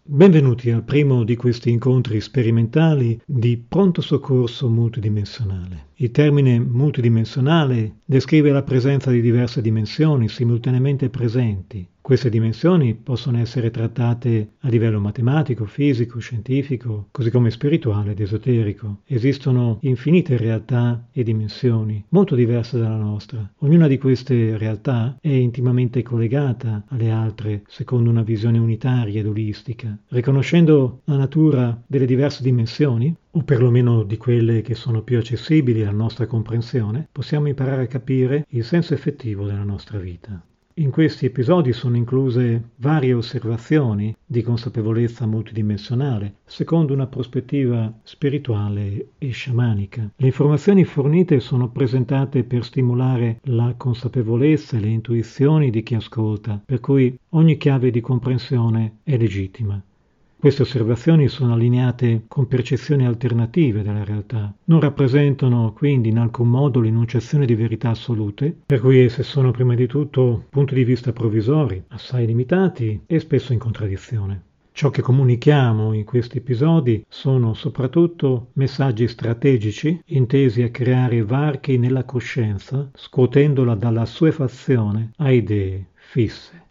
Benvenuti al primo di questi incontri sperimentali di pronto soccorso multidimensionale. Il termine multidimensionale descrive la presenza di diverse dimensioni simultaneamente presenti. Queste dimensioni possono essere trattate a livello matematico, fisico, scientifico, così come spirituale ed esoterico. Esistono infinite realtà e dimensioni, molto diverse dalla nostra. Ognuna di queste realtà è intimamente collegata alle altre secondo una visione unitaria ed olistica. Riconoscendo la natura delle diverse dimensioni, o perlomeno di quelle che sono più accessibili alla nostra comprensione, possiamo imparare a capire il senso effettivo della nostra vita. In questi episodi sono incluse varie osservazioni di consapevolezza multidimensionale, secondo una prospettiva spirituale e sciamanica. Le informazioni fornite sono presentate per stimolare la consapevolezza e le intuizioni di chi ascolta, per cui ogni chiave di comprensione è legittima. Queste osservazioni sono allineate con percezioni alternative della realtà. Non rappresentano quindi in alcun modo l'enunciazione di verità assolute, per cui esse sono prima di tutto punti di vista provvisori, assai limitati e spesso in contraddizione. Ciò che comunichiamo in questi episodi sono soprattutto messaggi strategici intesi a creare varchi nella coscienza, scuotendola dalla assuefazione a idee fisse.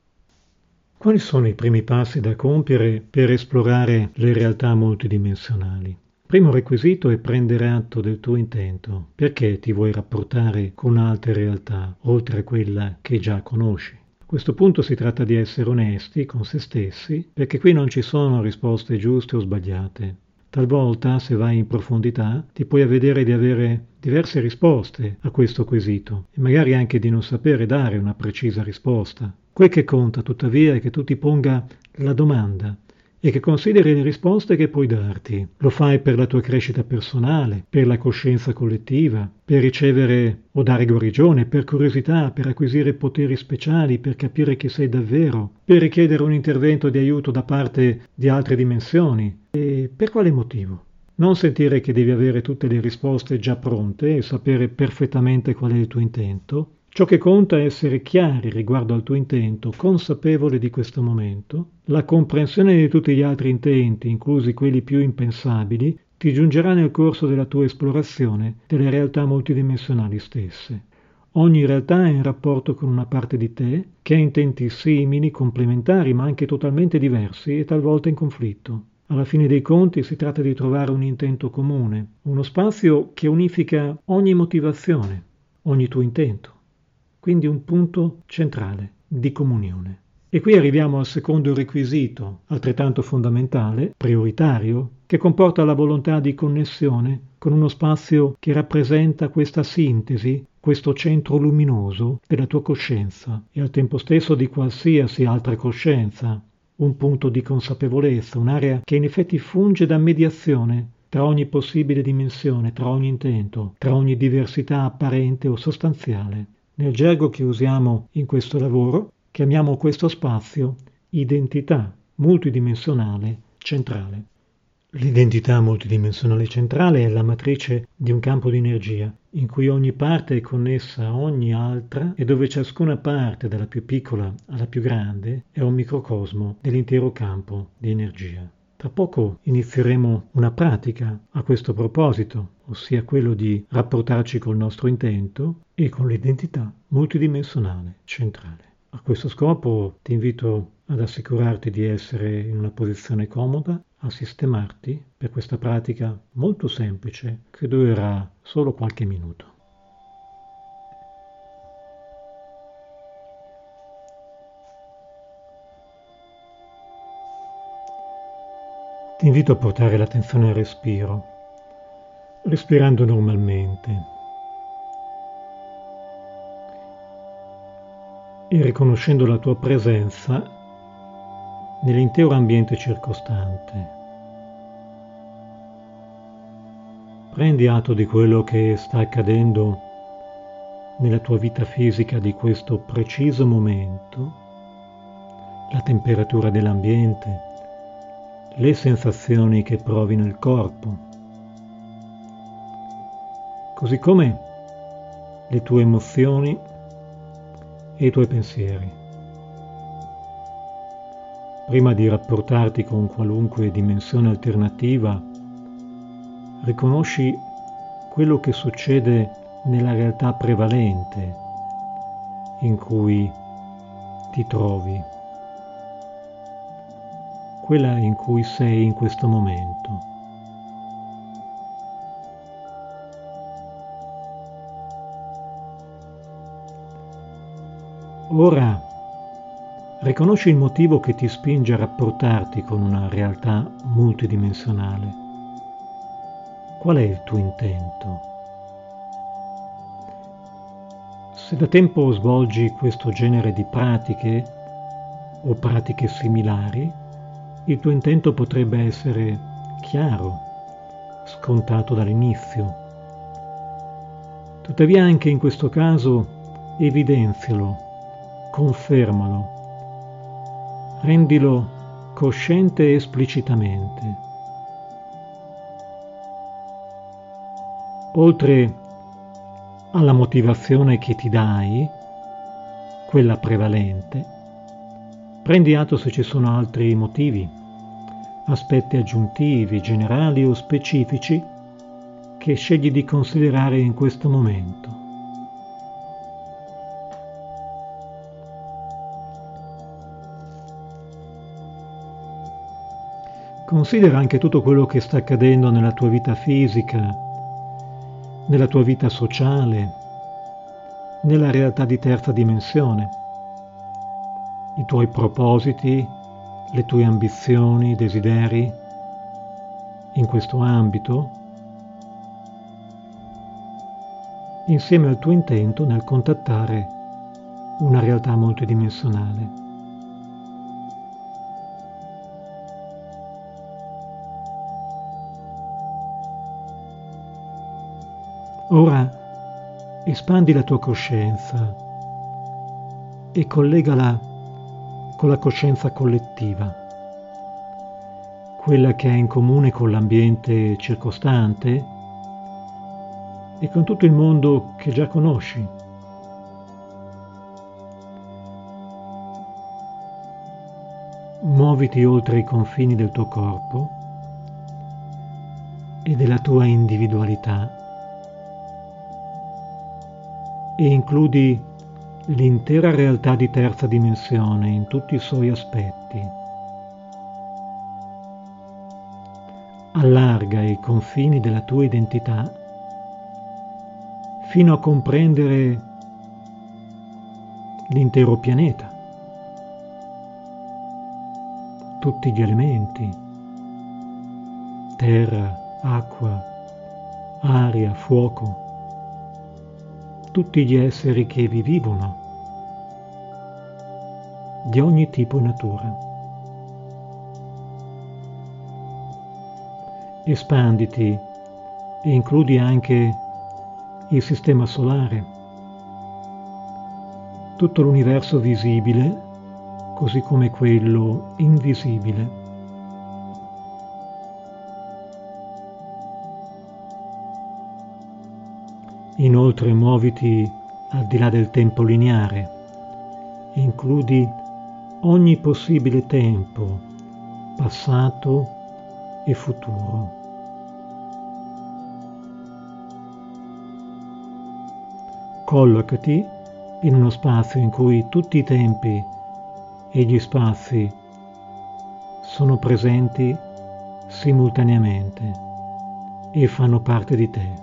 Quali sono i primi passi da compiere per esplorare le realtà multidimensionali? Primo requisito è prendere atto del tuo intento. Perché ti vuoi rapportare con altre realtà, oltre a quella che già conosci? A questo punto si tratta di essere onesti con se stessi, perché qui non ci sono risposte giuste o sbagliate. Talvolta, se vai in profondità, ti puoi avvedere di avere diverse risposte a questo quesito e magari anche di non sapere dare una precisa risposta. Quel che conta, tuttavia, è che tu ti ponga la domanda e che consideri le risposte che puoi darti. Lo fai per la tua crescita personale, per la coscienza collettiva, per ricevere o dare guarigione, per curiosità, per acquisire poteri speciali, per capire chi sei davvero, per richiedere un intervento di aiuto da parte di altre dimensioni. E per quale motivo? Non sentire che devi avere tutte le risposte già pronte e sapere perfettamente qual è il tuo intento. Ciò che conta è essere chiari riguardo al tuo intento, consapevole di questo momento. La comprensione di tutti gli altri intenti, inclusi quelli più impensabili, ti giungerà nel corso della tua esplorazione delle realtà multidimensionali stesse. Ogni realtà è in rapporto con una parte di te che ha intenti simili, complementari, ma anche totalmente diversi e talvolta in conflitto. Alla fine dei conti si tratta di trovare un intento comune, uno spazio che unifica ogni motivazione, ogni tuo intento. Quindi un punto centrale di comunione. E qui arriviamo al secondo requisito, altrettanto fondamentale, prioritario, che comporta la volontà di connessione con uno spazio che rappresenta questa sintesi, questo centro luminoso della tua coscienza e al tempo stesso di qualsiasi altra coscienza, un punto di consapevolezza, un'area che in effetti funge da mediazione tra ogni possibile dimensione, tra ogni intento, tra ogni diversità apparente o sostanziale. Nel gergo che usiamo in questo lavoro chiamiamo questo spazio identità multidimensionale centrale. L'identità multidimensionale centrale è la matrice di un campo di energia in cui ogni parte è connessa a ogni altra e dove ciascuna parte, dalla più piccola alla più grande, è un microcosmo dell'intero campo di energia. Tra poco inizieremo una pratica a questo proposito, ossia quello di rapportarci col nostro intento e con l'identità multidimensionale centrale. A questo scopo ti invito ad assicurarti di essere in una posizione comoda, a sistemarti per questa pratica molto semplice che durerà solo qualche minuto. Ti invito a portare l'attenzione al respiro, respirando normalmente e riconoscendo la tua presenza nell'intero ambiente circostante. Prendi atto di quello che sta accadendo nella tua vita fisica di questo preciso momento, la temperatura dell'ambiente, le sensazioni che provi nel corpo, così come le tue emozioni e i tuoi pensieri. prima di rapportarti con qualunque dimensione alternativa, riconosci quello che succede nella realtà prevalente in cui ti trovi, quella in cui sei in questo momento. Ora riconosci il motivo che ti spinge a rapportarti con una realtà multidimensionale. Qual è il tuo intento? Se da tempo svolgi questo genere di pratiche o pratiche similari, il tuo intento potrebbe essere chiaro, scontato dall'inizio. Tuttavia anche in questo caso evidenzialo, confermalo, rendilo cosciente esplicitamente. Oltre alla motivazione che ti dai, quella prevalente, prendi atto se ci sono altri motivi, aspetti aggiuntivi, generali o specifici che scegli di considerare in questo momento. Considera anche tutto quello che sta accadendo nella tua vita fisica, nella tua vita sociale, nella realtà di terza dimensione, i tuoi propositi, le tue ambizioni, i desideri in questo ambito, insieme al tuo intento nel contattare una realtà multidimensionale. Ora espandi la tua coscienza e collegala con la coscienza collettiva, quella che hai in comune con l'ambiente circostante e con tutto il mondo che già conosci. Muoviti oltre i confini del tuo corpo e della tua individualità e includi l'intera realtà di terza dimensione in tutti i suoi aspetti. Allarga i confini della tua identità fino a comprendere l'intero pianeta, tutti gli elementi, terra, acqua, aria, fuoco, tutti gli esseri che vi vivono, di ogni tipo e natura. Espanditi e includi anche il sistema solare, tutto l'universo visibile, così come quello invisibile. Inoltre muoviti al di là del tempo lineare e includi ogni possibile tempo, passato e futuro. Collocati in uno spazio in cui tutti i tempi e gli spazi sono presenti simultaneamente e fanno parte di te.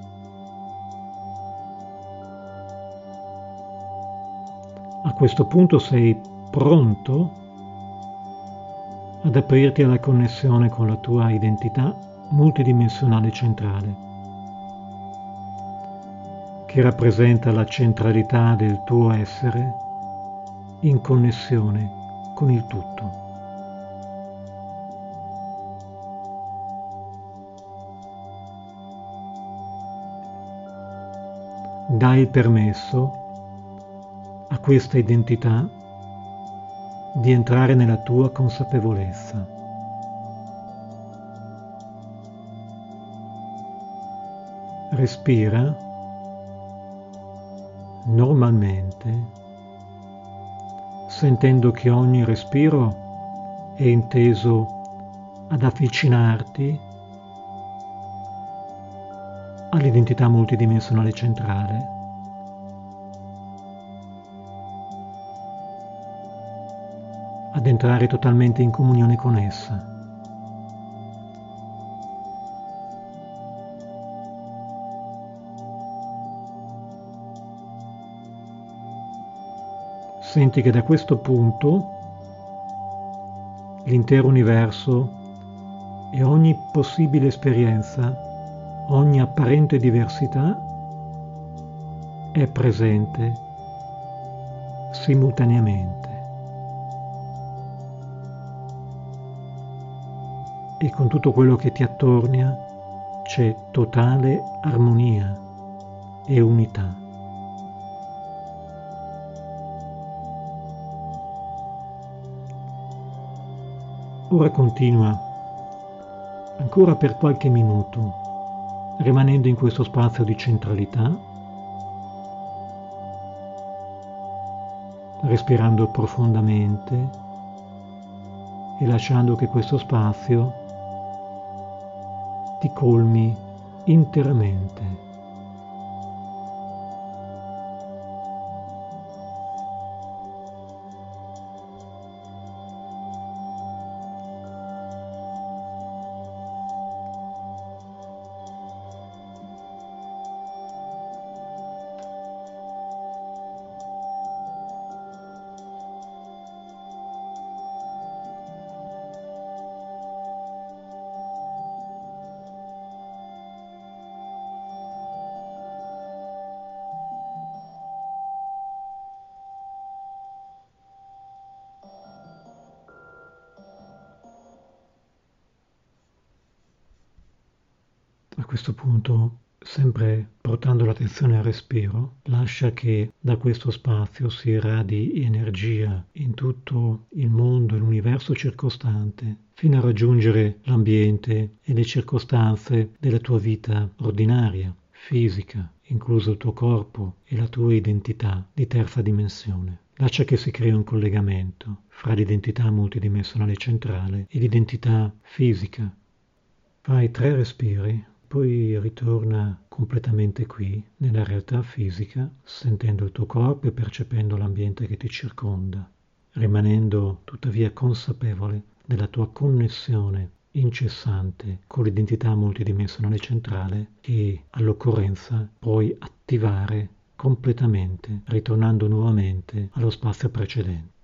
A questo punto sei pronto ad aprirti alla connessione con la tua identità multidimensionale centrale, che rappresenta la centralità del tuo essere in connessione con il tutto. Dai il permesso a questa identità di entrare nella tua consapevolezza. Respira normalmente, sentendo che ogni respiro è inteso ad avvicinarti all'identità multidimensionale centrale, ad entrare totalmente in comunione con essa. Senti che da questo punto l'intero universo e ogni possibile esperienza, ogni apparente diversità è presente simultaneamente. E con tutto quello che ti attornia c'è totale armonia e unità. Ora continua ancora per qualche minuto, rimanendo in questo spazio di centralità, respirando profondamente e lasciando che questo spazio ti colmi interamente. A questo punto, sempre portando l'attenzione al respiro, lascia che da questo spazio si irradi energia in tutto il mondo e l'universo circostante, fino a raggiungere l'ambiente e le circostanze della tua vita ordinaria, fisica, incluso il tuo corpo e la tua identità di terza dimensione. Lascia che si crei un collegamento fra l'identità multidimensionale centrale e l'identità fisica. Fai 3 respiri. Poi ritorna completamente qui, nella realtà fisica, sentendo il tuo corpo e percependo l'ambiente che ti circonda, rimanendo tuttavia consapevole della tua connessione incessante con l'identità multidimensionale centrale che all'occorrenza puoi attivare completamente, ritornando nuovamente allo spazio precedente.